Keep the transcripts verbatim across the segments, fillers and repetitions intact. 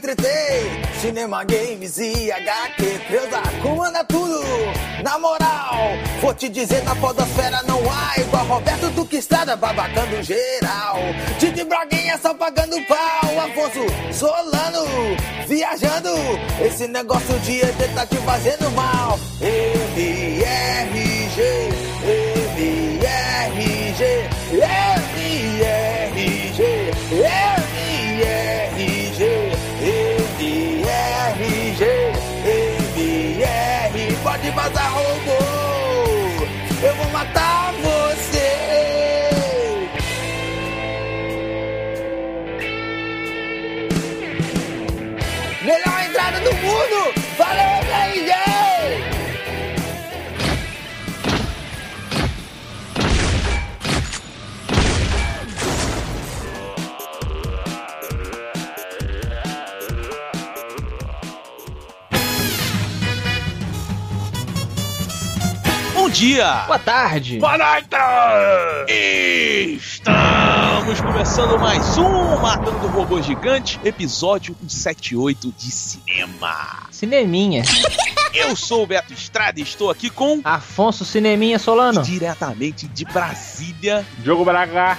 sempre tem cinema, games e H Q. Creuza, comanda tudo, na moral. Vou te dizer, na podosfera não há igual Roberto Duque Estrada, babacando geral. Didi Braguinha só pagando pau. Afonso Solano, viajando. Esse negócio de E T tá te fazendo mal. M R G, M R G, M R G, M R G, M R G, M R. Pode vazar, robô, eu vou matar você. Melhor entrada do mundo. Valeu, M R G. Bom dia! Boa tarde! Boa noite! Estamos começando mais um Matando o Robô Gigante, episódio cento e setenta e oito de cinema. Cineminha. Eu sou o Beto Estrada e estou aqui com Afonso Cineminha Solano. Diretamente de Brasília, Diogo Braga.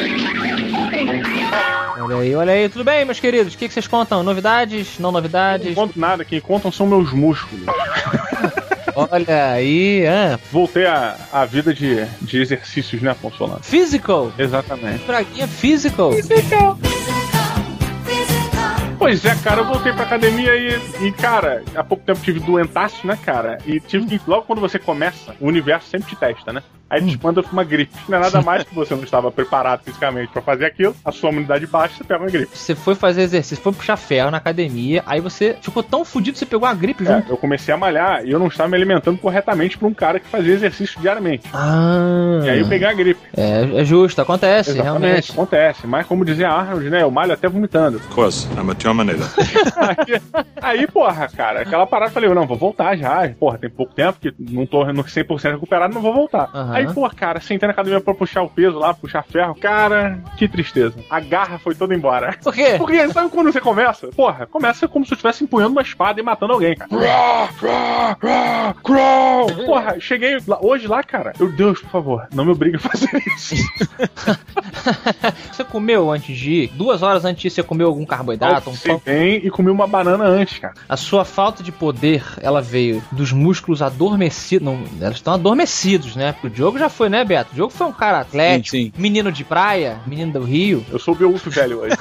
Olha aí, olha aí, tudo bem, meus queridos? O que, que vocês contam? Novidades? Não novidades? Não conto nada, quem contam são meus músculos. Olha aí, ah. Voltei à, à vida de, de exercícios, né, Afonso Solano? Physical. Exatamente. Braguinha physical. Physical. Pois é, cara, eu voltei pra academia e, e, cara, há pouco tempo tive doentaço, né, cara? E tive que, logo quando você começa, o universo sempre te testa, né? Aí te manda uma gripe. Não é nada mais que você não estava preparado fisicamente pra fazer aquilo, a sua imunidade baixa, você pega uma gripe. Você foi fazer exercício, foi puxar ferro na academia, aí você ficou tão fudido que você pegou uma gripe junto. É, eu comecei a malhar e eu não estava me alimentando corretamente pra um cara que fazia exercício diariamente. Ah. E aí eu peguei a gripe. É, é justo, acontece, Exatamente, realmente. Acontece. Mas como dizia Arnold, né, eu malho até vomitando. Of course, I'm a Terminator. aí, aí, porra, cara, aquela parada, eu falei, não, vou voltar já. Porra, tem pouco tempo que não tô no cem por cento recuperado, não vou voltar. Uhum. Aí, porra, cara, sentei na academia pra puxar o peso lá, puxar ferro. Cara, que tristeza. A garra foi toda embora. Por quê? Porque sabe quando você começa? Porra, começa como se eu estivesse empunhando uma espada e matando alguém, cara. Porra, cheguei lá, hoje lá, cara. Meu Deus, por favor, não me obrigue a fazer isso. Você comeu antes de ir? Duas horas antes de ir, você comeu algum carboidrato? Alcei um pão? bem e comi uma banana antes, cara. A sua falta de poder, ela veio dos músculos adormecidos. Não, elas estão adormecidos, né? Porque o Diogo já foi, né, Beto? O Diogo foi um cara atlético, sim, sim. menino de praia, menino do Rio. Eu sou o Beúto velho hoje.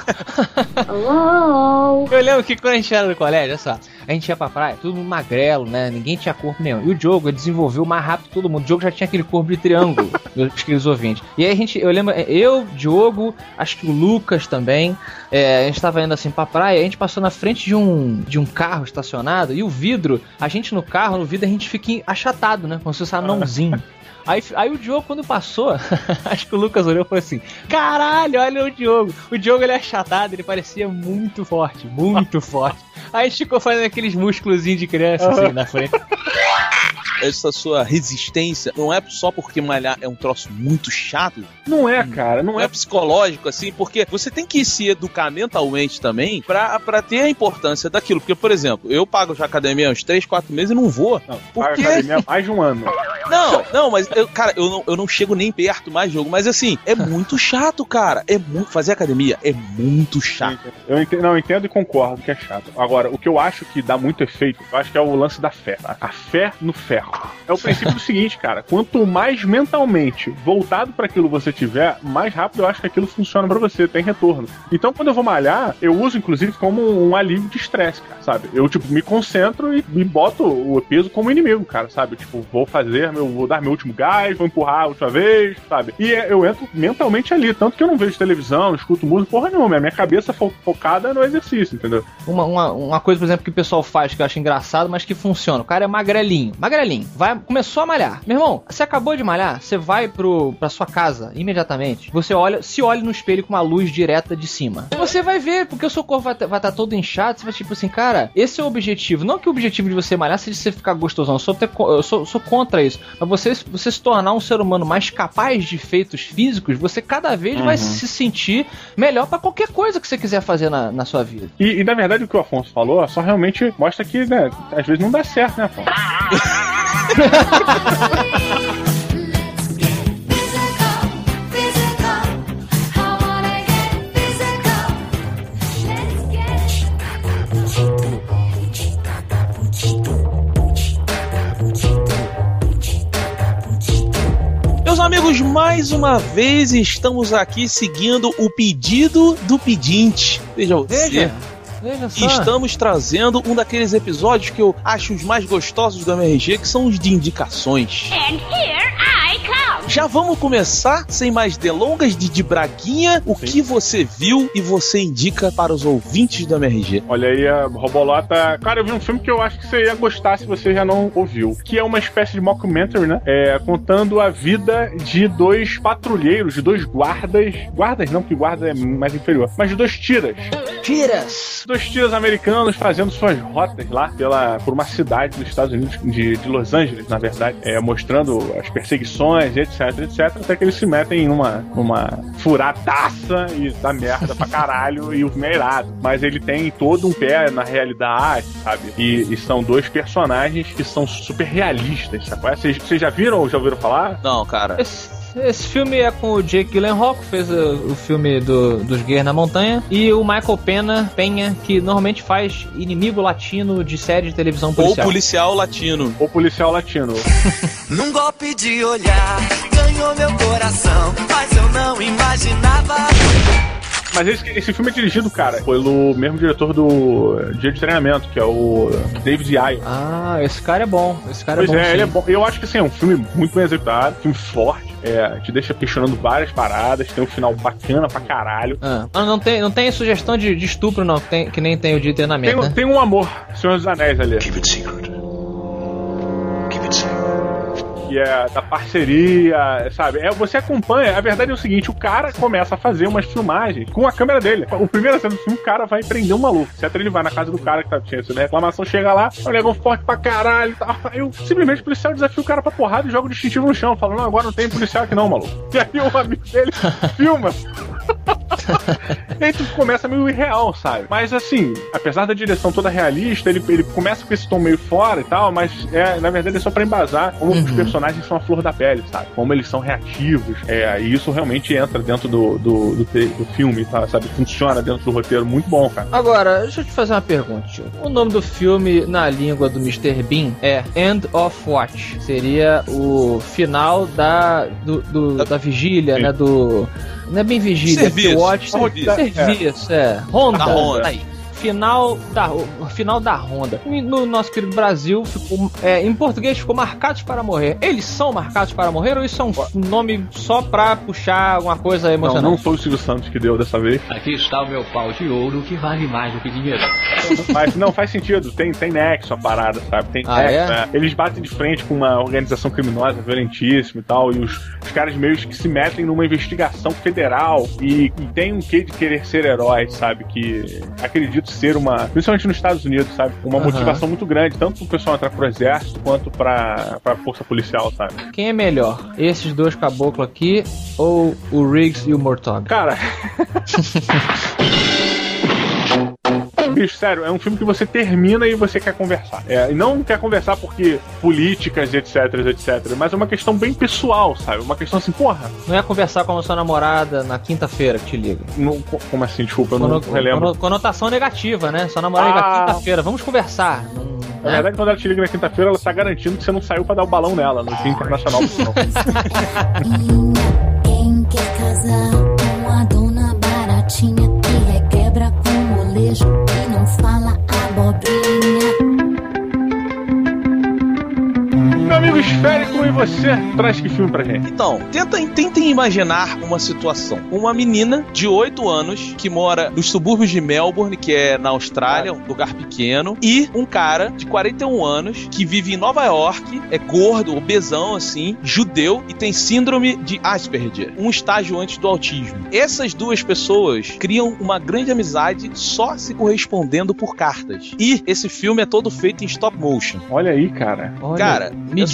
Eu lembro que quando a gente era no colégio, olha só, a gente ia pra praia, todo mundo magrelo, né? Ninguém tinha corpo nenhum. E o Diogo, ele desenvolveu mais rápido que todo mundo. O Diogo já tinha aquele corpo de triângulo, meus queridos ouvintes. E aí a gente, eu lembro, eu, Diogo, acho que o Lucas também, é, a gente tava indo assim pra praia, a gente passou na frente de um, de um carro estacionado e o vidro, a gente no carro, no vidro a gente fica achatado, né? Como se fosse um anãozinho. Aí, aí o Diogo, quando passou, acho que o Lucas olhou e falou assim, caralho, olha o Diogo. O Diogo, ele é achatado, ele parecia muito forte, muito forte. Aí a gente ficou fazendo aqueles músculozinhos de criança, assim, na frente. Essa sua resistência não é só porque malhar é um troço muito chato. Não é, cara, não, Não é. é psicológico, assim, porque você tem que se educar mentalmente também pra, pra ter a importância daquilo. Porque, por exemplo, eu pago já academia há uns três, quatro meses e não vou. Não, porque... paga academia há mais de um ano. Não, não, mas, eu, cara, eu não, eu não chego nem perto mais, jogo. Mas, assim, é muito chato, cara. É muito... Fazer academia é muito chato. Eu entendo, não, eu entendo e concordo que é chato. Agora, o que eu acho que dá muito efeito, eu acho que é o lance da fé. Tá? A fé no ferro. É o princípio do seguinte, cara. Quanto mais mentalmente voltado para aquilo você tiver, mais rápido eu acho que aquilo funciona pra você, tem retorno. Então, quando eu vou malhar, eu uso, inclusive, como um alívio de estresse, cara, sabe? Eu, tipo, me concentro e me boto o peso como inimigo, cara, sabe? Tipo, vou fazer, meu, vou dar meu último gás, vou empurrar a última vez, sabe? E eu entro mentalmente ali, tanto que eu não vejo televisão, não escuto música, porra nenhuma. A minha cabeça fo- focada no exercício, entendeu? Uma, uma, uma coisa, por exemplo, que o pessoal faz que eu acho engraçado, mas que funciona. O cara é magrelinho. Magrelinho. Vai, começou a malhar. Meu irmão, você acabou de malhar, você vai pro, pra sua casa imediatamente. Você olha, se olha no espelho com uma luz direta de cima. Você vai ver, porque o seu corpo vai estar vai tá todo inchado. Você vai tipo assim, cara, esse é o objetivo. Não que o objetivo de você malhar seja você ficar gostosão. Eu sou, até, eu sou, sou contra isso. mas você, você se tornar um ser humano mais capaz de feitos físicos, você cada vez uhum. vai se sentir melhor pra qualquer coisa que você quiser fazer na, na sua vida. E, e na verdade o que o Afonso falou só realmente mostra que, né, às vezes não dá certo, né, Afonso? Meus amigos, mais uma vez estamos aqui seguindo o pedido do pedinte. Veja você. Veja. Veja só. Estamos trazendo um daqueles episódios que eu acho os mais gostosos do M R G, que são os de indicações. And here I come. Já vamos começar, sem mais delongas, de, de braguinha, o Sim. que você viu e você indica para os ouvintes do M R G. Olha aí a Robolota. Cara, eu vi um filme que eu acho que você ia gostar se você já não ouviu, que é uma espécie de mockumentary, né? É, contando a vida de dois patrulheiros, de dois guardas. Guardas não, porque guarda é mais inferior, mas de dois tiras. Tiras! Dois tiras americanos fazendo suas rotas lá pela, por uma cidade dos Estados Unidos, de, de Los Angeles, na verdade, é, mostrando as perseguições, etc, etc, até que eles se metem numa, numa furadaça e dá merda pra caralho e o filme é irado. Mas ele tem todo um pé na realidade, sabe? E, e são dois personagens que são super realistas, sabe? Vocês, vocês já viram ou já ouviram falar? Não, cara. Esse... Esse filme é com o Jake Gyllenhaal, que fez o, o filme do, dos Guerreiros na Montanha, e o Michael Pena, Penha, que normalmente faz inimigo latino de série de televisão policial. Ou policial latino. Ou policial latino. Num golpe de olhar, ganhou meu coração, mas eu não imaginava... Mas esse, esse filme é dirigido, cara, pelo mesmo diretor do Dia de Treinamento, que é o David Ayer. Ah, esse cara é bom. Esse cara pois é bom. Pois é, sim. ele é bom. Eu acho que assim, é um filme muito bem executado, filme forte, é, te deixa questionando várias paradas, tem um final bacana pra caralho. Ah, não, tem, não tem sugestão de, de estupro, não, que, tem, que nem tem o Dia de Treinamento. Tem, né? tem um amor, Senhor dos Anéis ali. Keep it secret. Keep it secret. Que é da parceria, sabe? É, você acompanha, a verdade é o seguinte, o cara começa a fazer umas filmagens com a câmera dele. O primeiro cena do filme, o cara vai prender um maluco. Certo? Ele vai na casa do cara que tá, tinha essa reclamação, chega lá, é um negão forte pra caralho e tal. Aí eu, simplesmente o policial desafia o cara pra porrada e joga o distintivo no chão, falando, não, agora não tem policial aqui não, maluco. E aí o amigo dele filma. E aí tu começa meio irreal, sabe? Mas assim, apesar da direção toda realista, ele, ele começa com esse tom meio fora e tal, mas é, na verdade é só pra embasar como uhum. os personagens são a flor da pele, sabe? Como eles são reativos. É, e isso realmente entra dentro do, do, do, do filme, tá, sabe? Funciona dentro do roteiro, muito bom, cara. Agora, deixa eu te fazer uma pergunta, tio. O nome do filme na língua do mister Bean é End of Watch. Seria o final da, do, do, da vigília, Sim. né? Do... Não é bem vigília, serviço. É watch, Serviço, serviço, é. é. Honda. Da Honda. Aí. Final da, final da Honda. No nosso querido Brasil, ficou, é, em português ficou Marcados para Morrer. Eles são marcados para morrer ou isso é um nome só pra puxar alguma coisa emocionante? Não, não foi o Silvio Santos que deu dessa vez. Aqui está o meu pau de ouro que vale mais do que dinheiro. Mas não, faz sentido. Tem, tem nexo a parada, sabe? Tem ah, nexo, é? né? Eles batem de frente com uma organização criminosa violentíssima e tal, e os, os caras meio que se metem numa investigação federal e, e tem um quê de querer ser herói, sabe? Que acredito ser uma... principalmente nos Estados Unidos, sabe? Uma uhum. motivação muito grande, tanto pro pessoal entrar pro exército quanto pra, pra força policial, sabe? Quem é melhor? Esses dois caboclos aqui ou o Riggs e o Mortog? Cara... Bicho, sério, é um filme que você termina e você quer conversar. É, e não quer conversar porque políticas, etc, etc, mas é uma questão bem pessoal, sabe? Uma questão assim, porra... Não é conversar com a sua namorada na quinta-feira que te liga. Não, como assim? Desculpa, eu Cono, não relembro. Conotação negativa, né? Sua namorada liga ah. quinta-feira, vamos conversar. Não, na verdade, quando ela te liga na quinta-feira, ela tá garantindo que você não saiu pra dar o balão nela no Dia Internacional do Som. Quem quer casar com a dona baratinha que requebra com molejo e não fala abobrinha? Meu amigo esférico, e você traz que filme pra gente? Então, tentem, tentem imaginar uma situação. Uma menina de oito anos que mora nos subúrbios de Melbourne, que é na Austrália, um lugar pequeno, e um cara de quarenta e um anos que vive em Nova York, é gordo, obesão assim, judeu e tem síndrome de Asperger, um estágio antes do autismo. Essas duas pessoas criam uma grande amizade só se correspondendo por cartas. E esse filme é todo feito em stop motion. Olha aí, cara. Olha, Cara, me é diz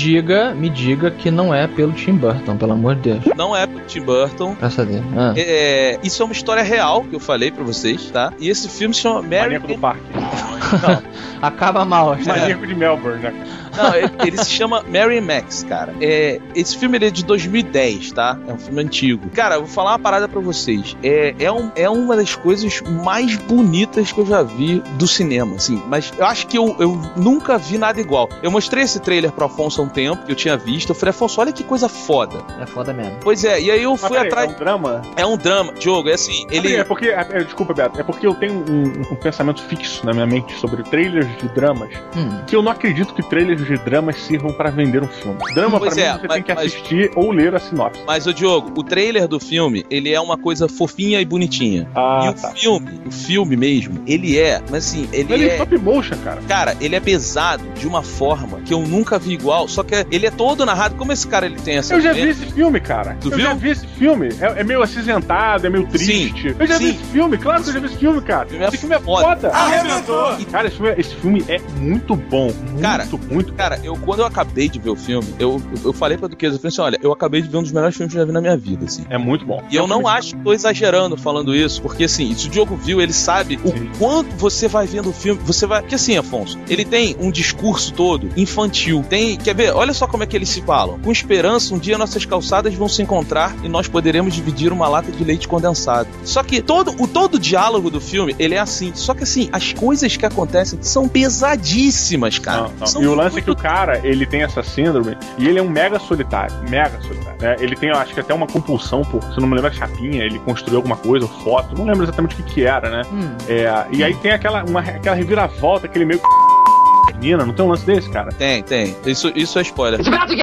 diga, me diga que não é pelo Tim Burton, pelo amor de Deus. Não é pelo Tim Burton. Graças a Deus. Ah. É, isso é uma história real que eu falei pra vocês, tá? E esse filme se chama Mary... Maníaco do Parque. Não. Acaba mal. Maníaco de Melbourne, né? Não, ele, ele se chama Mary Max, cara. É, esse filme ele é de dois mil e dez, tá? É um filme antigo. Cara, eu vou falar uma parada pra vocês. É, é, um, é uma das coisas mais bonitas que eu já vi do cinema, assim. Mas eu acho que eu, eu nunca vi nada igual. Eu mostrei esse trailer pro Afonso há um tempo, que eu tinha visto. Eu falei, Afonso, olha que coisa foda. É foda mesmo. Pois é, e aí eu Mas fui peraí, atrás... É um drama? É um drama, Diogo, é assim, ele... É porque, é, é, desculpa, Beto, é porque eu tenho um, um pensamento fixo na minha mente sobre trailers de dramas, Hum. que eu não acredito que trailers de dramas sirvam pra vender um filme. Drama, Pois pra é, mim, você mas- tem que mas- assistir ou ler a sinopse. Mas, ô Diogo, o trailer do filme, ele é uma coisa fofinha e bonitinha. Ah, e o tá. filme, o filme mesmo, ele é, mas assim, ele, Ele é é... stop motion, cara. Cara, ele é pesado de uma forma que eu nunca vi igual, só que ele é todo narrado. Como esse cara ele tem essa Eu já doença? vi esse filme, cara. Tu eu viu? já vi esse filme. É, é meio acinzentado, é meio triste. Sim, eu já sim. vi esse filme, claro que eu já vi esse filme, cara. filme é esse filme é foda. foda. Arrebentou! Cara, esse filme, esse filme é muito bom. Muito, Cara, muito. Cara, eu quando eu acabei de ver o filme, eu, eu falei pra Duquesa, eu falei assim, olha, eu acabei de ver um dos melhores filmes que eu já vi na minha vida, assim. É muito bom. E eu não acho que tô exagerando falando isso, porque assim, se o Diogo viu, ele sabe o Sim. quanto você vai vendo o filme, você vai... Porque assim, Afonso, ele tem um discurso todo infantil, tem... Quer ver? Olha só como é que eles se falam. Com esperança, um dia nossas calçadas vão se encontrar e nós poderemos dividir uma lata de leite condensado. Só que todo o todo o diálogo do filme, ele é assim. Só que assim, as coisas que acontecem são pesadíssimas, cara. Não, não. São E o lance é muito- que o cara, ele tem essa síndrome e ele é um mega solitário. Mega solitário. Né? Ele tem, eu acho que até uma compulsão por, se eu não me lembro, a chapinha, ele construiu alguma coisa, foto, não lembro exatamente o que que era, né? Hum. É, e aí tem aquela, uma, aquela reviravolta, aquele meio menina, não tem um lance desse, cara? Tem, tem. Isso, isso é spoiler.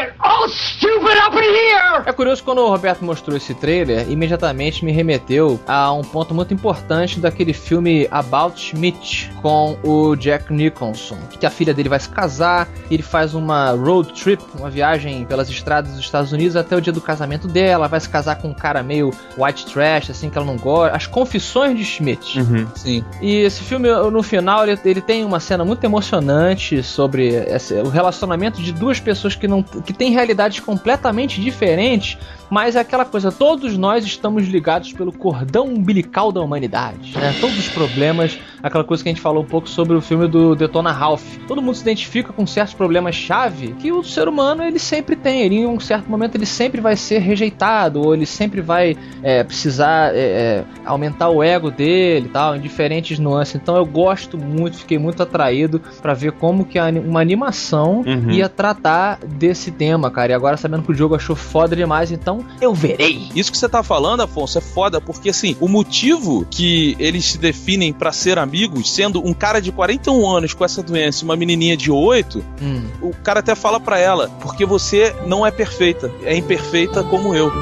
É curioso, quando o Roberto mostrou esse trailer, imediatamente me remeteu a um ponto muito importante daquele filme About Schmidt com o Jack Nicholson, que a filha dele vai se casar, ele faz uma road trip, uma viagem pelas estradas dos Estados Unidos até o dia do casamento dela, vai se casar com um cara meio white trash, assim, que ela não gosta, As Confissões de Schmidt. Uhum. Sim. E esse filme, no final, ele, ele tem uma cena muito emocionante sobre esse, o relacionamento de duas pessoas que, não, que têm realidades completamente diferentes, mas é aquela coisa, todos nós estamos ligados pelo cordão umbilical da humanidade, né? Todos os problemas, aquela coisa que a gente falou um pouco sobre o filme do Detona Ralph. Todo mundo se identifica com certos problemas-chave que o ser humano, ele sempre tem. Ele, em um certo momento, ele sempre vai ser rejeitado, ou ele sempre vai é, precisar é, é, aumentar o ego dele e tal, em diferentes nuances. Então eu gosto muito, fiquei muito atraído pra ver como que a, uma animação Uhum. ia tratar desse tema, cara. E agora, sabendo que o jogo achou foda demais, então eu verei. Isso que você tá falando, Afonso, é foda, porque assim, o motivo que eles se definem pra ser amigos, sendo um cara de quarenta e um anos com essa doença e uma menininha de oito, Hum. o cara até fala pra ela, porque você não é perfeita, é imperfeita como eu.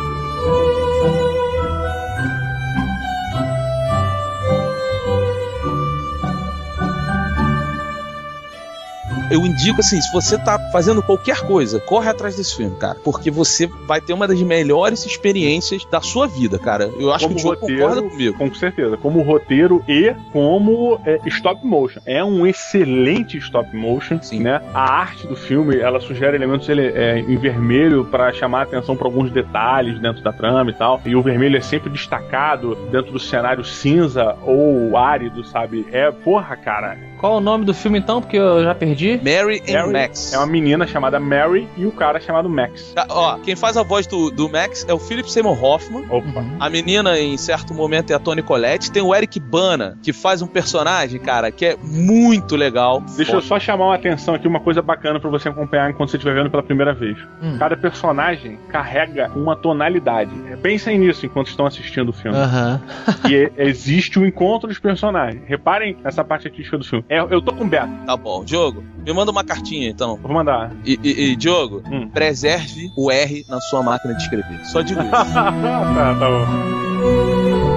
Eu indico assim, se você tá fazendo qualquer coisa, corre atrás desse filme, cara, porque você vai ter uma das melhores experiências da sua vida, cara. Eu acho Como que o Diogo roteiro, concorda comigo. Com certeza, como roteiro e como é, stop motion. É um excelente stop motion, Sim. né? A arte do filme, ela sugere elementos ele, é, em vermelho para chamar a atenção para alguns detalhes dentro da trama e tal. E o vermelho é sempre destacado dentro do cenário cinza ou árido, sabe? É, porra, cara. Qual o nome do filme então? Porque eu já perdi. Mary and Mary Max. é uma menina chamada Mary e o cara chamado Max. Tá, ó, quem faz a voz do, do Max é o Philip Seymour Hoffman. Opa. Uhum. A menina, em certo momento, é a Toni Collette. Tem o Eric Bana, que faz um personagem, cara, que é muito legal. Deixa eu só chamar uma atenção aqui, uma coisa bacana pra você acompanhar enquanto você estiver vendo pela primeira vez. Hum. Cada personagem carrega uma tonalidade. Pensem nisso enquanto estão assistindo o filme. Aham. E é- existe o encontro dos personagens. Reparem nessa parte artística do filme. É, eu tô com o Beto. Tá bom. Diogo, me manda uma cartinha, então. Vou mandar. E, e, e Diogo, Hum. preserve o R na sua máquina de escrever. Só digo isso. tá, tá bom.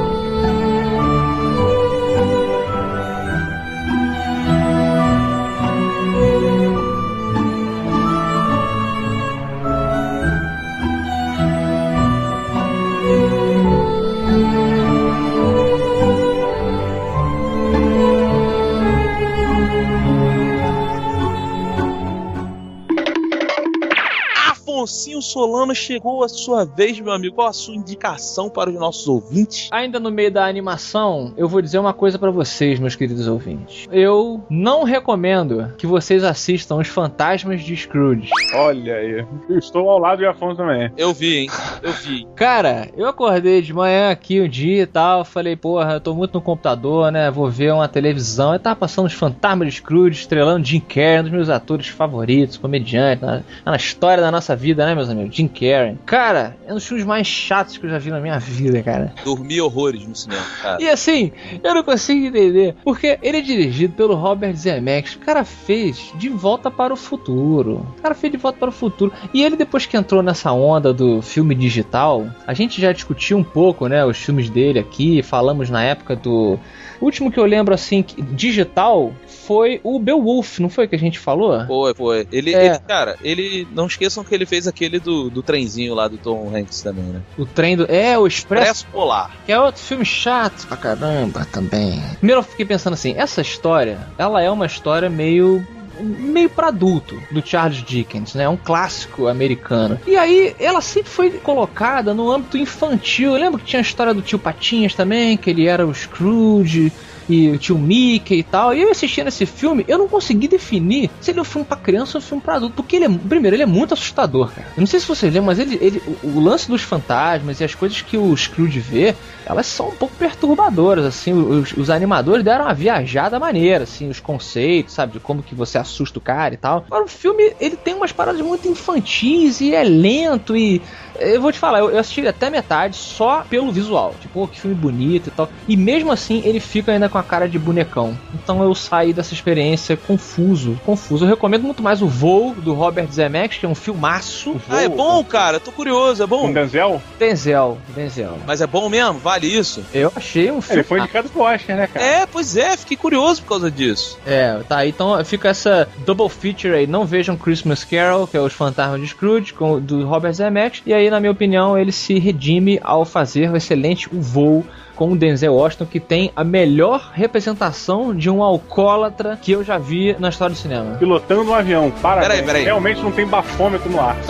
Afonsinho Solano, chegou a sua vez, meu amigo. Qual a sua indicação para os nossos ouvintes? Ainda no meio da animação, eu vou dizer uma coisa pra vocês, meus queridos ouvintes. Eu não recomendo que vocês assistam Os Fantasmas de Scrooge. Olha aí. Eu estou ao lado de Afonso também. Eu vi, hein? Eu vi. Cara, eu acordei de manhã aqui um dia e tal, falei, porra, eu tô muito no computador, né, vou ver uma televisão. Eu tava passando Os Fantasmas de Scrooge, estrelando Jim Carrey, um dos meus atores favoritos, comediante, na, na história da nossa vida, né, meus amigos? Jim Carrey. Cara, é um dos filmes mais chatos que eu já vi na minha vida, cara. Dormi horrores no cinema, cara. E assim, eu não consigo entender, porque ele é dirigido pelo Robert Zemeckis. O cara fez De Volta para o Futuro. O cara fez De Volta para o Futuro. E ele, depois que entrou nessa onda do filme digital, a gente já discutiu um pouco, né, os filmes dele aqui, falamos na época do... O último que eu lembro, assim, digital, foi o Beowulf, não foi que a gente falou? Foi, foi. Ele, É. ele, cara, ele... Não esqueçam que ele fez aquele do, do trenzinho lá do Tom Hanks também, né? O trem do... É, o Expresso, Expresso Polar. que é outro filme chato pra caramba também. Primeiro eu fiquei pensando assim, essa história, ela é uma história meio... meio pra adulto, do Charles Dickens, né? Um clássico americano. E aí, ela sempre foi colocada no âmbito infantil. Eu lembro que tinha a história do tio Patinhas também, que ele era o Scrooge e o tio Mickey e tal. E eu assistindo esse filme, eu não consegui definir se ele é um filme pra criança ou um filme pra adulto. Porque ele é, primeiro, ele é muito assustador, cara. Eu não sei se vocês lembram, mas ele, ele, o, o lance dos fantasmas e as coisas que o Scrooge vê, elas são um pouco perturbadoras, assim. Os, os animadores deram uma viajada maneira, assim, os conceitos, sabe, de como que você assusta o cara e tal. Mas o filme, ele tem umas paradas muito infantis e é lento e... Eu vou te falar, eu assisti até metade só pelo visual. Tipo, oh, que filme bonito e tal. E mesmo assim, ele fica ainda com a cara de bonecão. Então eu saí dessa experiência confuso. Confuso. Eu recomendo muito mais o Voo, do Robert Zemeckis, que é um filmaço. Ah, é bom, cara? Tô curioso, é bom? Com Denzel? Denzel, Denzel. Mas é bom mesmo? Vale isso? Eu achei um filme... Ele foi indicado pro Oscar, né, cara? É, pois é, fiquei curioso por causa disso. É, tá, então fica essa double feature aí. Não vejam Christmas Carol, que é Os Fantasmas de Scrooge, com, do Robert Zemeckis. E aí, na minha opinião, ele se redime ao fazer o excelente O Voo, com o Denzel Washington, que tem a melhor representação de um alcoólatra que eu já vi na história do cinema. Pilotando um avião, parabéns. Peraí, peraí. Realmente não tem bafômetro no ar.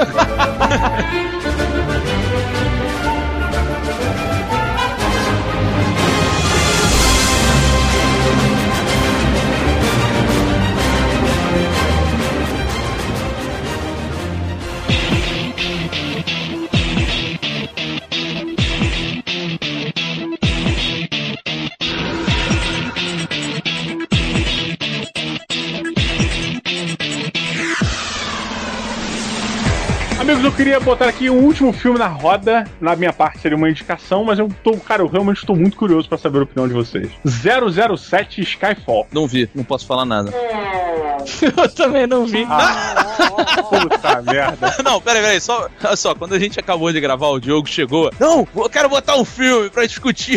Amigos, eu queria botar aqui um último filme na roda. Na minha parte seria uma indicação, mas eu tô, cara, eu realmente estou muito curioso pra saber a opinião de vocês. zero zero sete Skyfall. Não vi, não posso falar nada. Eu também não vi. Ah, puta merda. Não, peraí, peraí, só, olha só, quando a gente acabou de gravar, o Diogo chegou. Não, eu quero botar um filme pra discutir.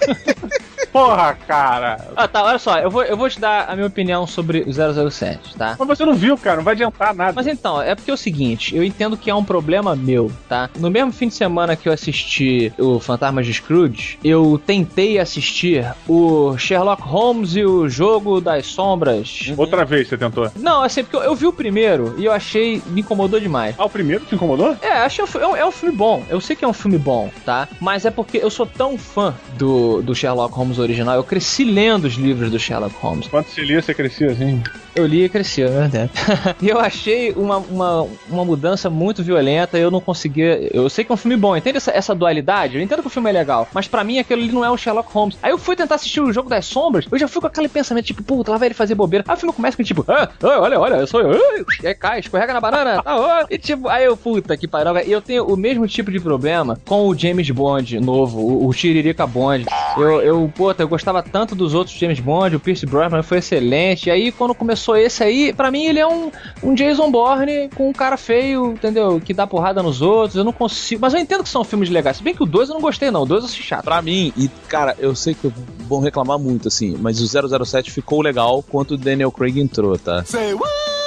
Porra, cara. Ah, tá, olha só, eu vou, eu vou te dar a minha opinião sobre o zero zero sete, tá? Mas você não viu, cara, não vai adiantar nada. Mas então, é porque é o seguinte, eu entendo que é um problema meu, tá? No mesmo fim de semana que eu assisti o Fantasmas de Scrooge, eu tentei assistir o Sherlock Holmes e o Jogo das Sombras. Outra vez você tentou. Não, assim, porque eu, eu vi o primeiro e eu achei, me incomodou demais. Ah, o primeiro te incomodou? É, achei um, fi- é, um, é um filme bom. Eu sei que é um filme bom, tá? Mas é porque eu sou tão fã do, do Sherlock Holmes original. Eu cresci lendo os livros do Sherlock Holmes. Quando você lia, você crescia assim? Eu li e cresci, é verdade. E eu achei uma, uma, uma mudança muito violenta. Eu não conseguia... Eu sei que é um filme bom. Entende essa, essa dualidade? Eu entendo que o filme é legal. Mas pra mim, aquele ali não é o Sherlock Holmes. Aí eu fui tentar assistir o Jogo das Sombras. Eu já fui com aquele pensamento, tipo, puta, lá vai ele fazer bobeira. Aí o filme começa com, tipo, ah, ah, olha, olha, eu sou eu. E aí cai, escorrega na banana. Tá, ó. E tipo, aí eu, puta, que pariu. E eu tenho o mesmo tipo de problema com o James Bond novo, o, o Tiririca Bond. Eu, eu, puta, eu gostava tanto dos outros James Bond. O Pierce Brosnan foi excelente. E aí, quando começou esse aí, pra mim ele é um, um Jason Bourne com um cara feio, entendeu? Que dá porrada nos outros. Eu não consigo... Mas eu entendo que são filmes legais. Se bem que o dois eu não gostei, não. O dois eu achei chato. Pra mim, e cara, eu sei que vão reclamar muito, assim, mas o zero zero sete ficou legal quando o Daniel Craig entrou, tá? Say what?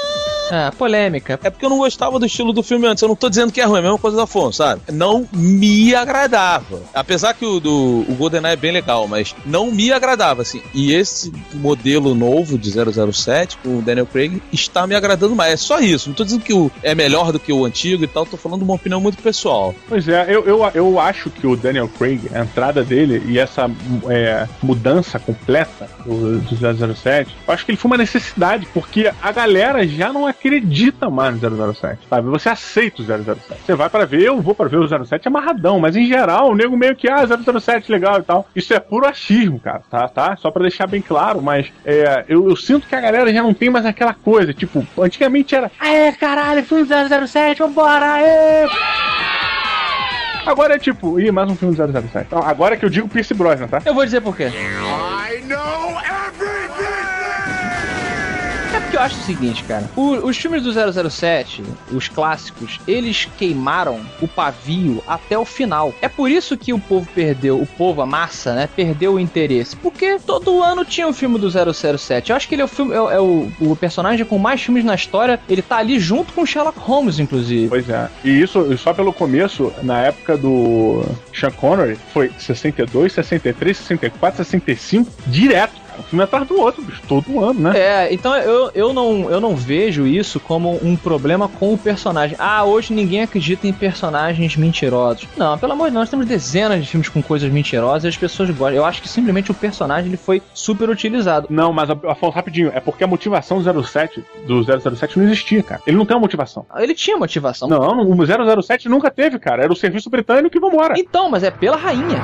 Ah, polêmica. É porque eu não gostava do estilo do filme antes. Eu não tô dizendo que é ruim, é a mesma coisa da Afonso, sabe? Não me agradava. Apesar que o do o GoldenEye é bem legal, mas não me agradava, assim. E esse modelo novo de zero zero sete, com o Daniel Craig, está me agradando mais. É só isso. Não tô dizendo que o é melhor do que o antigo e tal, tô falando uma opinião muito pessoal. Pois é, eu, eu, eu acho que o Daniel Craig, a entrada dele e essa é, mudança completa do, do zero zero sete, eu acho que ele foi uma necessidade, porque a galera já não acredita mais no zero zero sete, sabe? Você aceita o zero zero sete. Você vai pra ver, eu vou pra ver o zero sete amarradão, mas em geral, o nego meio que, ah, zero zero sete legal e tal. Isso é puro achismo, cara, tá? tá? Só pra deixar bem claro, mas é, eu, eu sinto que a galera já não tem mais aquela coisa, tipo, antigamente era, aê, caralho, filme zero zero sete, vambora, aê! Agora é tipo, ih, mais um filme do zero zero sete. Então, agora é que eu digo Pierce Brosnan, tá? Eu vou dizer por quê. I know everything! É porque eu acho o seguinte, cara. O, os filmes do zero zero sete, os clássicos, eles queimaram o pavio até o final. É por isso que o povo perdeu, o povo, a massa, né, perdeu o interesse. Porque todo ano tinha um filme do zero zero sete. Eu acho que ele é o filme, é, é o, o personagem com mais filmes na história. Ele tá ali junto com Sherlock Holmes, inclusive. Pois é. E isso, só pelo começo, na época do Sean Connery, foi sessenta e dois, sessenta e três, sessenta e quatro, sessenta e cinco, direto. Um filme atrás do outro, bicho, todo ano, né? É, então eu, eu, não, eu não vejo isso como um problema com o personagem. Ah, hoje ninguém acredita em personagens mentirosos. Não, pelo amor de Deus, nós temos dezenas de filmes com coisas mentirosas e as pessoas gostam. Eu acho que simplesmente o personagem ele foi super utilizado. Não, mas, Afonso, rapidinho, é porque a motivação do zero sete, do zero zero sete não existia, cara. Ele não tem uma motivação. Ele tinha motivação. Não, o zero zero sete nunca teve, cara. Era o serviço britânico e vambora. Então, mas é pela rainha.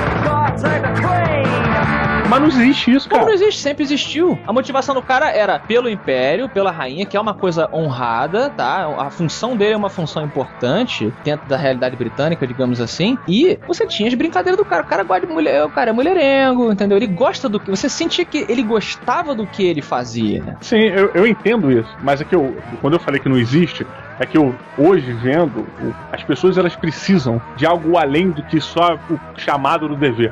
Mas não existe isso, cara. Como não existe? Sempre existiu. A motivação do cara era pelo Império, pela rainha, que é uma coisa honrada, tá? A função dele é uma função importante dentro da realidade britânica, digamos assim. E você tinha as brincadeiras do cara. O cara gosta de mulher, o cara é mulherengo, entendeu? Ele gosta do que... Você sentia que ele gostava do que ele fazia, né? Sim, eu, eu entendo isso. Mas é que eu, quando eu falei que não existe... É que eu, hoje, vendo, as pessoas elas precisam de algo além do que só o chamado do dever.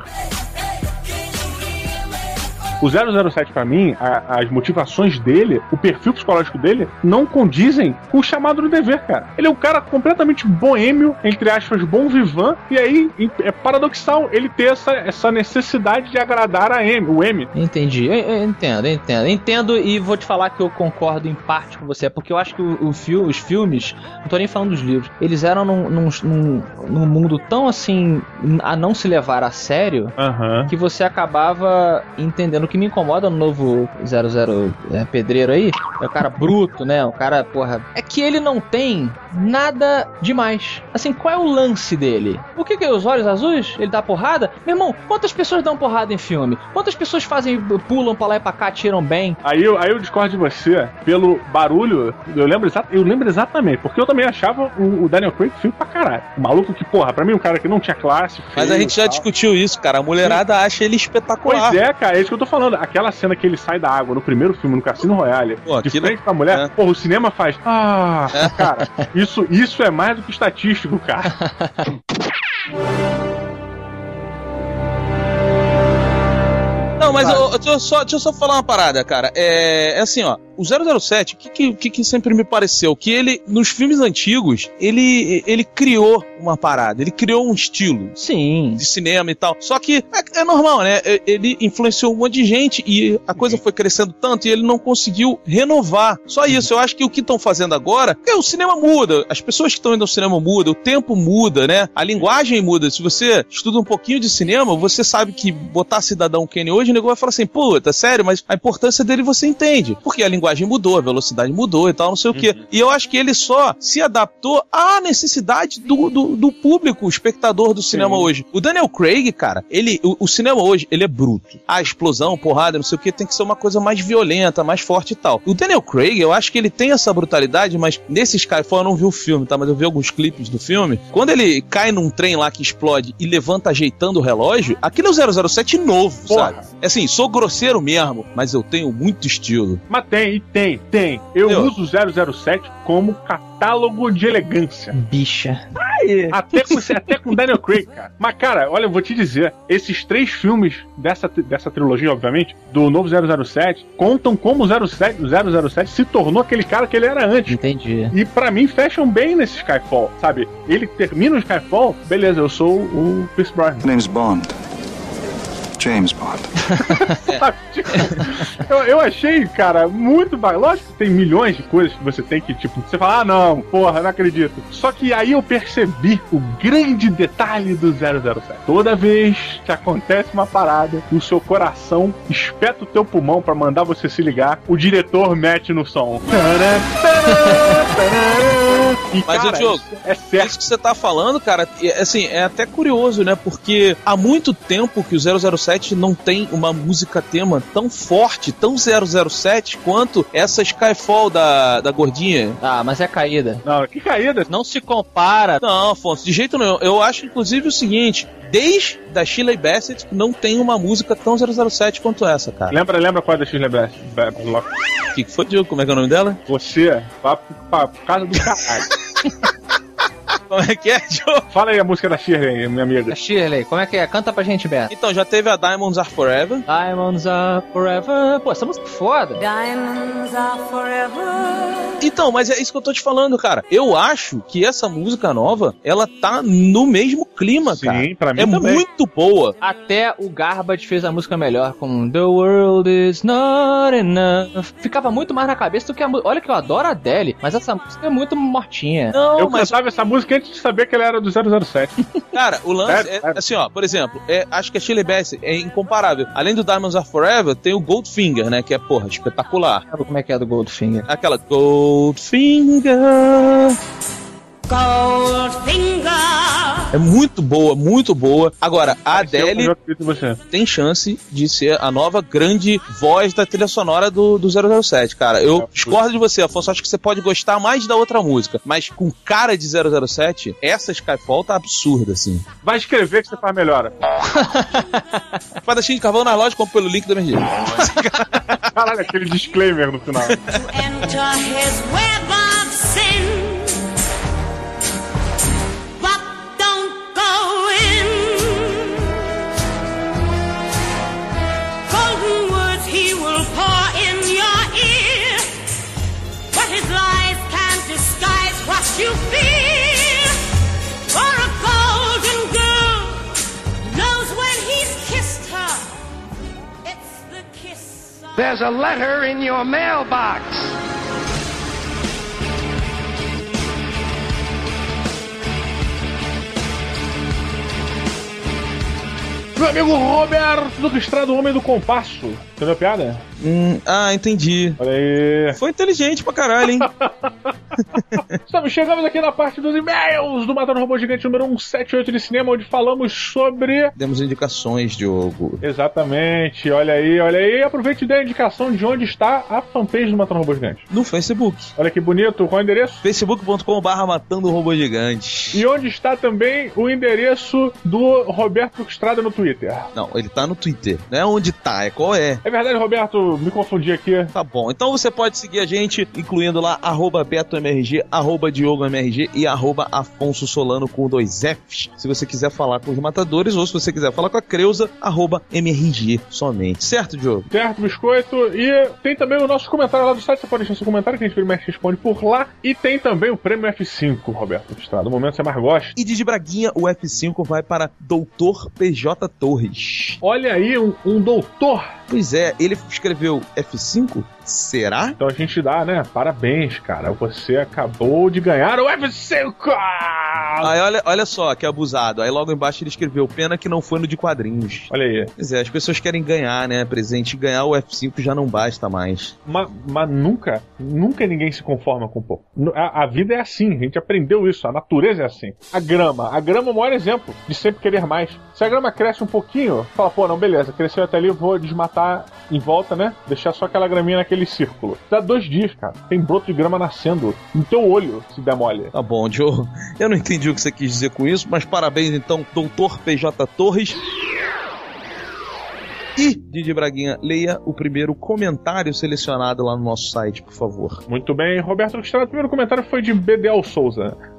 O zero zero sete, pra mim, a, as motivações dele, o perfil psicológico dele, não condizem com o chamado do dever, cara. Ele é um cara completamente boêmio, entre aspas, bom vivant, e aí é paradoxal ele ter essa, essa necessidade de agradar a M, o M. Entendi, eu, eu entendo, eu entendo. Entendo e vou te falar que eu concordo em parte com você, porque eu acho que o, o fil, os filmes, não tô nem falando dos livros, eles eram num, num, num, num mundo tão assim, a não se levar a sério, uhum. que você acabava entendendo. O que me incomoda no novo zero zero é, pedreiro aí é o cara bruto, né? O cara, porra, é que ele não tem nada demais. Assim, qual é o lance dele? O que que é os olhos azuis? Ele dá porrada? Meu irmão, quantas pessoas dão porrada em filme? Quantas pessoas fazem, pulam pra lá e pra cá, tiram bem? Aí eu, aí eu discordo de você pelo barulho. Eu lembro, exa- eu lembro exatamente, porque eu também achava o, o Daniel Craig feio pra caralho. O maluco que, porra, pra mim um cara que não tinha classe. Feio, mas a gente já tal. discutiu isso, cara. A mulherada Sim. acha ele espetacular. Pois é, cara, é isso que eu tô falando. Aquela cena que ele sai da água no primeiro filme, no Cassino Royale, Pô, de frente não... pra mulher, é. porra, o cinema faz. Ah, é. cara, isso, isso é mais do que estatístico, cara. Não, mas eu, deixa, eu só, deixa eu só falar uma parada, cara. É, é assim, ó. O zero zero sete, o que, que, que sempre me pareceu? Que ele, nos filmes antigos, ele, ele criou uma parada, ele criou um estilo. Sim. De cinema e tal. Só que é, é normal, né? Ele influenciou um monte de gente e a coisa foi crescendo tanto e ele não conseguiu renovar. Só isso. Eu acho que o que estão fazendo agora é o cinema muda. As pessoas que estão indo ao cinema mudam, o tempo muda, né? A linguagem muda. Se você estuda um pouquinho de cinema, você sabe que botar Cidadão Kane hoje, o negócio vai falar assim, puta, sério, mas a importância dele você entende. Porque a linguagem mudou, a velocidade mudou e tal, não sei o quê. Uhum. E eu acho que ele só se adaptou à necessidade do, do, do público, o espectador do cinema Sim. hoje. O Daniel Craig, cara, ele, o, o cinema hoje, ele é bruto. A explosão, porrada, não sei o quê, tem que ser uma coisa mais violenta, mais forte e tal. O Daniel Craig, eu acho que ele tem essa brutalidade, mas nesse Skyfall eu não vi o filme, tá? Mas eu vi alguns clipes do filme. Quando ele cai num trem lá que explode e levanta ajeitando o relógio, aquilo é o zero zero sete novo, Porra. sabe? É assim, sou grosseiro mesmo, mas eu tenho muito estilo. Mas tem, tem, tem. Eu Meu. uso o zero zero sete como catálogo de elegância. Bicha. aí. Até com, até com Daniel Craig, cara. Mas, cara, olha, eu vou te dizer, esses três filmes dessa, dessa trilogia, obviamente, do novo zero zero sete, contam como o zero zero sete se tornou aquele cara que ele era antes. Entendi. E pra mim, fecham bem nesse Skyfall, sabe? Ele termina o Skyfall, beleza, eu sou o Pierce Brosnan. My name's Bond. James Bond. eu, eu achei, cara, muito bacana. Lógico que tem milhões de coisas que você tem que, tipo, você fala, ah, não, porra, não acredito. Só que aí eu percebi o grande detalhe do zero zero sete. Toda vez que acontece uma parada, o seu coração espeta o teu pulmão pra mandar você se ligar, o diretor mete no som. E, Mas, cara, o Diogo, é certo. Isso que você tá falando, cara, é, assim, é até curioso, né? Porque há muito tempo que o zero zero sete não tem uma música tema tão forte, tão zero zero sete quanto essa Skyfall da, da gordinha. Ah, mas é caída. Não, que caída? Não se compara. Não, Afonso, de jeito nenhum. Eu acho, inclusive, o seguinte... Desde da Shirley Bassey não tem uma música tão zero zero sete quanto essa, cara. Lembra, lembra qual é da Shirley Bassey? O que, que foi, Diogo? Como é que é o nome dela? Você, vá pra casa do caralho. Como é que é, Diogo? Fala aí a música da Shirley, minha amiga. A Shirley, como é que é? Canta pra gente, Beto. Então, já teve a Diamonds Are Forever. Diamonds Are Forever. Pô, essa música é foda. Diamonds are forever. Então, mas é isso que eu tô te falando, cara. Eu acho que essa música nova, ela tá no mesmo clima, Sim, cara. Sim, pra mim é também. muito boa. Até o Garbage fez a música melhor com The World Is Not Enough. Ficava muito mais na cabeça do que a música. Olha que eu adoro a Adele, mas essa música é muito mortinha. Não, eu mas... cantava essa música antes de saber que ela era do zero zero sete. Cara, o lance é, é, é assim, ó, por exemplo, é, acho que a Shirley Bassey é incomparável. Além do Diamonds Are Forever, tem o Goldfinger, né, que é, porra, espetacular. Sabe como é que é do Goldfinger? Aquela Goldfinger... Goldfinger. É muito boa, muito boa. Agora, a Adele você. tem chance de ser a nova grande voz da trilha sonora do, do zero zero sete, cara. Eu discordo de você, Afonso. Acho que você pode gostar mais da outra música, mas com cara de zero zero sete, essa Skyfall tá absurda, assim. Vai escrever que você faz melhor. Espadachim de carvão na loja, compra pelo link da minha Caralho, aquele disclaimer no final. Enter his web of sin. You feel for a golden girl knows when he's kissed her. It's the kiss of... There's a letter in your mailbox. Meu amigo Roberto do Estrada, o homem do compasso. Entendeu a piada? Hum, ah, entendi. Olha aí. Foi inteligente pra caralho, hein? Estamos chegamos aqui na parte dos e-mails do Matando Robô Gigante número cento e setenta e oito de cinema, onde falamos sobre... Demos indicações, Diogo. Exatamente. Olha aí, olha aí. Aproveite e dê a indicação de onde está a fanpage do Matando Robô Gigante. No Facebook. Olha que bonito. Qual é o endereço? facebook ponto com barra Matando Robô Gigante. E onde está também o endereço do Roberto Estrada no Twitter? Não, ele tá no Twitter. Não é onde tá, é qual é. É verdade, Roberto. Me confundi aqui. Tá bom. Então você pode seguir a gente, incluindo lá, arroba BetoMRG, arroba DiogoMRG e arroba Afonso Solano com dois Fs. Se você quiser falar com os matadores ou se você quiser falar com a Creuza, arroba M R G somente. Certo, Diogo? Certo, biscoito. E tem também o nosso comentário lá do site. Você pode deixar seu comentário que a gente primeiro responde por lá. E tem também o prêmio F cinco, Roberto Estrada. No momento você mais gosta. E de Braguinha, o F cinco vai para doutor P J Torres. Olha aí, um, um doutor. Pois é, ele escreveu F cinco? Será? Então a gente dá, né? Parabéns, cara. Você acabou de ganhar o F cinco! Aí olha, olha só, que abusado. Aí logo embaixo ele escreveu, pena que não foi no de quadrinhos. Olha aí. Pois é, as pessoas querem ganhar, né? Presente. Ganhar o F cinco já não basta mais. Mas, mas nunca, nunca ninguém se conforma com pouco. A, a vida é assim, a gente aprendeu isso. A natureza é assim. A grama. A grama é o maior exemplo de sempre querer mais. Se a grama cresce um pouquinho, fala, pô, não, beleza, cresceu até ali, eu vou desmatar em volta, né? Deixar só aquela graminha naquele círculo. Dá dois dias, cara. Tem broto de grama nascendo no teu olho, se der mole. Tá bom, Joe. Eu não entendi o que você quis dizer com isso, mas parabéns então, doutor P J Torres. E, Didi Braguinha, leia o primeiro comentário selecionado lá no nosso site, por favor. Muito bem, Roberto Estrada. O primeiro comentário foi de B D L Souza.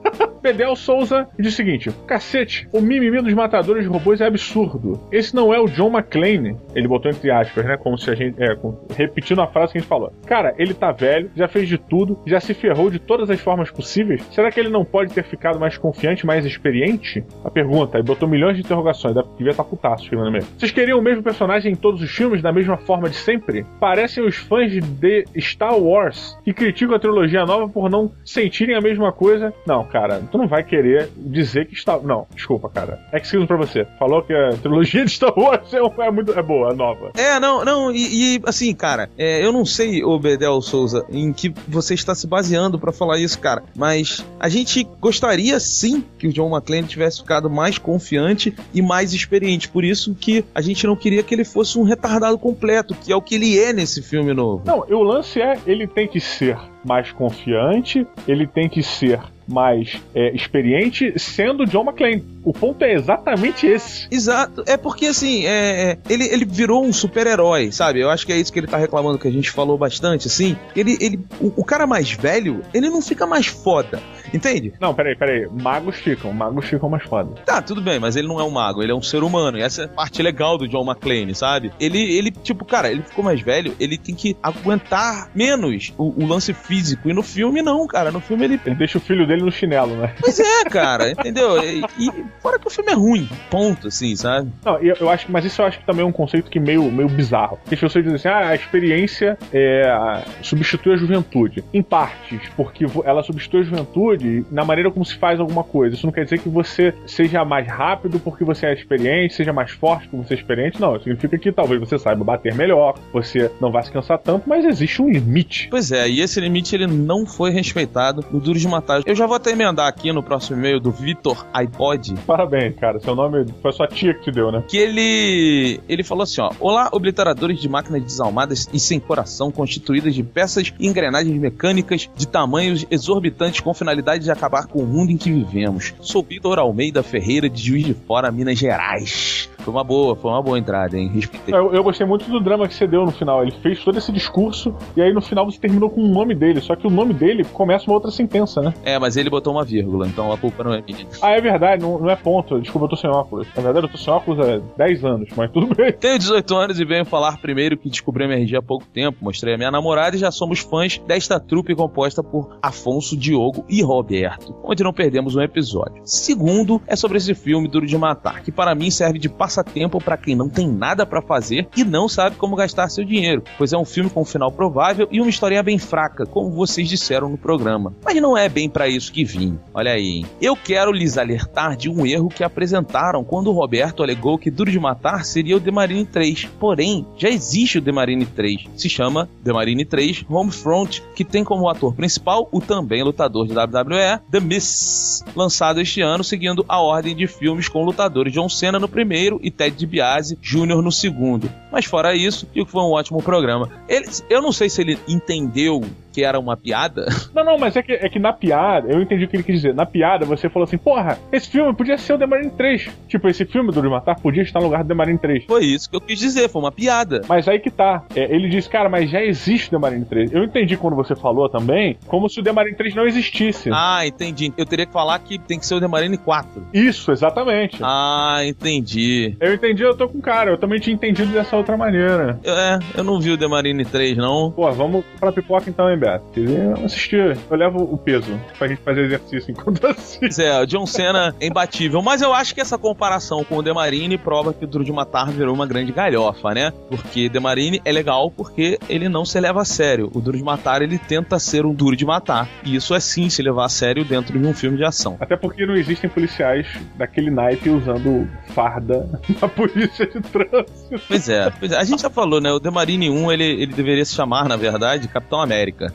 Bedel Souza diz o seguinte: cacete, o mimimi dos matadores de robôs é absurdo. Esse não é o John McClane. Ele botou entre aspas, né? Como se a gente. É, com, repetindo a frase que a gente falou. Cara, ele tá velho, já fez de tudo, já se ferrou de todas as formas possíveis. Será que ele não pode ter ficado mais confiante, mais experiente? A pergunta, e botou milhões de interrogações. Devia estar putaço filmando mesmo. Vocês queriam o mesmo personagem em todos os filmes, da mesma forma de sempre? Parecem os fãs de Star Wars, que criticam a trilogia nova por não sentirem a mesma coisa. Não, cara, tu não vai querer dizer que está... Não, desculpa, cara. Excuse pra você. Falou que a trilogia de Star Wars é, é muito é boa, é nova. É, não, não, e, e assim, cara, é, eu não sei, ô Bedel Souza, em que você está se baseando pra falar isso, cara, mas a gente gostaria sim que o John McClane tivesse ficado mais confiante e mais experiente, por isso que a gente não queria que ele fosse um retardado completo, que é o que ele é nesse filme novo. Não, o lance é, ele tem que ser mais confiante, ele tem que ser mais é, experiente, sendo John McClane. O ponto é exatamente esse. Exato. É porque, assim, é, é, ele, ele virou um super-herói, sabe? Eu acho que é isso que ele tá reclamando, que a gente falou bastante, assim. Ele, ele, o, o cara mais velho, ele não fica mais foda, entende? Não, peraí, peraí. Magos ficam. Magos ficam mais foda. Tá, tudo bem, mas ele não é um mago, ele é um ser humano. E essa é a parte legal do John McClane, sabe? Ele, ele tipo, cara, ele ficou mais velho, ele tem que aguentar menos o, o lance físico. E no filme, não, cara. No filme, ele... Ele deixa o filho dele no chinelo, né? Pois é, cara, entendeu? E, e fora que o filme é ruim, ponto, assim, sabe? Não, eu, eu acho que, mas isso eu acho que também é um conceito que meio, meio bizarro. Porque as pessoas dizem assim, ah, a experiência é, a, substitui a juventude. Em partes, porque ela substitui a juventude na maneira como se faz alguma coisa. Isso não quer dizer que você seja mais rápido porque você é experiente, seja mais forte porque você é experiente. Não, significa que talvez você saiba bater melhor, você não vai se cansar tanto, mas existe um limite. Pois é, e esse limite ele não foi respeitado no Duro de Matar. Eu já vou até emendar aqui no próximo e-mail do Vitor iPod. Parabéns, cara. Seu nome foi a sua tia que te deu, né? Que ele... Ele falou assim, ó. Olá, obliteradores de máquinas desalmadas e sem coração, constituídas de peças e engrenagens mecânicas de tamanhos exorbitantes com finalidade de acabar com o mundo em que vivemos. Sou Vitor Almeida Ferreira, de Juiz de Fora, Minas Gerais. Foi uma boa, foi uma boa entrada, hein? Respeitei. Eu, eu gostei muito do drama que você deu no final. Ele fez todo esse discurso e aí no final você terminou com o nome dele. Só que o nome dele começa uma outra sentença, né? É, mas ele botou uma vírgula, então a culpa não é minha. Ah, é verdade, não, não é ponto. Desculpa, eu tô sem óculos. Na verdade, eu tô sem óculos há dez anos, mas tudo bem. Tenho dezoito anos e venho falar primeiro que descobri a M R G há pouco tempo. Mostrei a minha namorada e já somos fãs desta trupe composta por Afonso, Diogo e Roberto, onde não perdemos um episódio. Segundo, é sobre esse filme Duro de Matar, que para mim serve de passatempo para quem não tem nada pra fazer e não sabe como gastar seu dinheiro, pois é um filme com um final provável e uma historinha bem fraca, como vocês disseram no programa. Mas não é bem pra isso que vim. Olha aí, hein? Eu quero lhes alertar de um erro que apresentaram quando o Roberto alegou que Duro de Matar seria o The Marine três. Porém, já existe o The Marine três. Se chama The Marine três Homefront, que tem como ator principal o também lutador de W W E, The Miz, lançado este ano seguindo a ordem de filmes com lutadores John Cena no primeiro e Ted DiBiase Júnior no segundo. Mas fora isso, e o que foi um ótimo programa. Ele, eu não sei se ele entendeu que era uma piada. Não, não, mas é que, é que na piada, eu entendi o que ele quis dizer. Na piada, você falou assim, porra, esse filme podia ser o The Marine três. Tipo, esse filme do Duro de Matar podia estar no lugar do The Marine três. Foi isso que eu quis dizer, foi uma piada. Mas aí que tá. É, ele disse, cara, mas já existe o The Marine três. Eu entendi quando você falou também, como se o The Marine três não existisse. Ah, entendi. Eu teria que falar que tem que ser o The Marine quatro. Isso, exatamente. Ah, entendi. Eu entendi, eu tô com cara. Eu também tinha entendido dessa outra maneira. É, eu não vi o The Marine três, não. Pô, vamos pra pipoca então, hein, Beto? Quiser assistir, eu levo o peso pra gente fazer exercício enquanto assiste. Pois é, o John Cena é imbatível. Mas eu acho que essa comparação com o The Marine prova que o Duro de Matar virou uma grande galhofa, né? Porque The Marine é legal porque ele não se leva a sério. O Duro de Matar, ele tenta ser um Duro de Matar. E isso é sim se levar a sério dentro de um filme de ação. Até porque não existem policiais daquele naipe usando farda na polícia de trânsito. Pois é, pois é. A gente já falou, né? O The Marine um, ele, ele deveria se chamar, na verdade, Capitão América.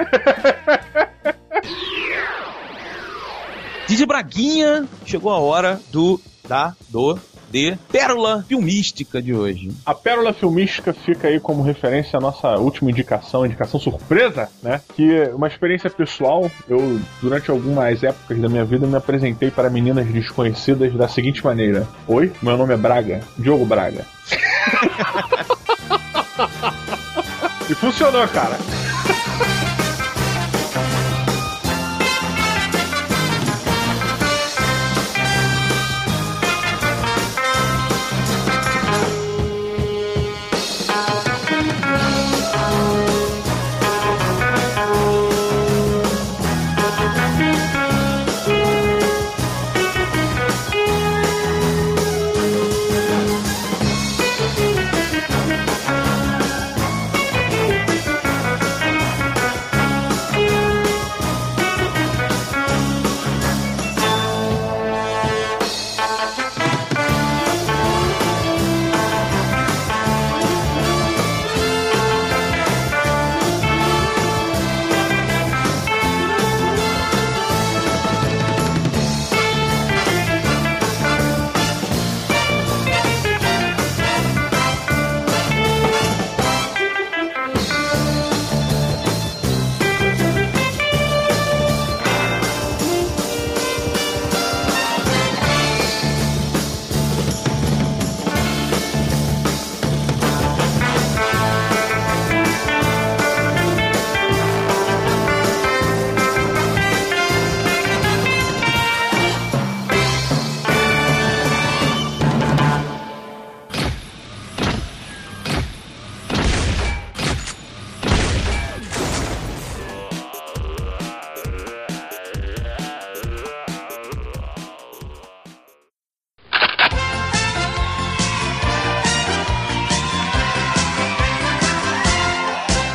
Didi Braguinha, chegou a hora do, da, do, de pérola filmística de hoje. A pérola filmística fica aí como referência à nossa última indicação, indicação surpresa, né? Que é uma experiência pessoal. Eu, durante algumas épocas da minha vida, me apresentei para meninas desconhecidas da seguinte maneira: oi, meu nome é Braga, Diogo Braga. E funcionou, cara.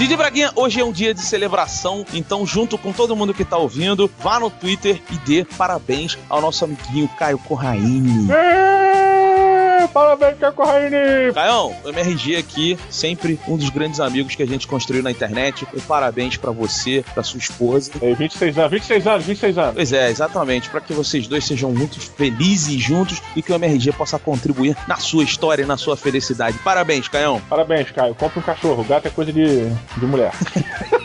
Didi Braguinha, hoje é um dia de celebração, então junto com todo mundo que tá ouvindo, vá no Twitter e dê parabéns ao nosso amiguinho Caio Corraine. Parabéns, Caio Corraine! Caião, o M R G aqui, sempre um dos grandes amigos que a gente construiu na internet. E parabéns pra você, pra sua esposa. É, vinte e seis anos, vinte e seis anos, vinte e seis anos. Pois é, exatamente. Pra que vocês dois sejam muito felizes juntos e que o M R G possa contribuir na sua história e na sua felicidade. Parabéns, Caião. Parabéns, Caio. Compre um cachorro. Gato é coisa de, de mulher.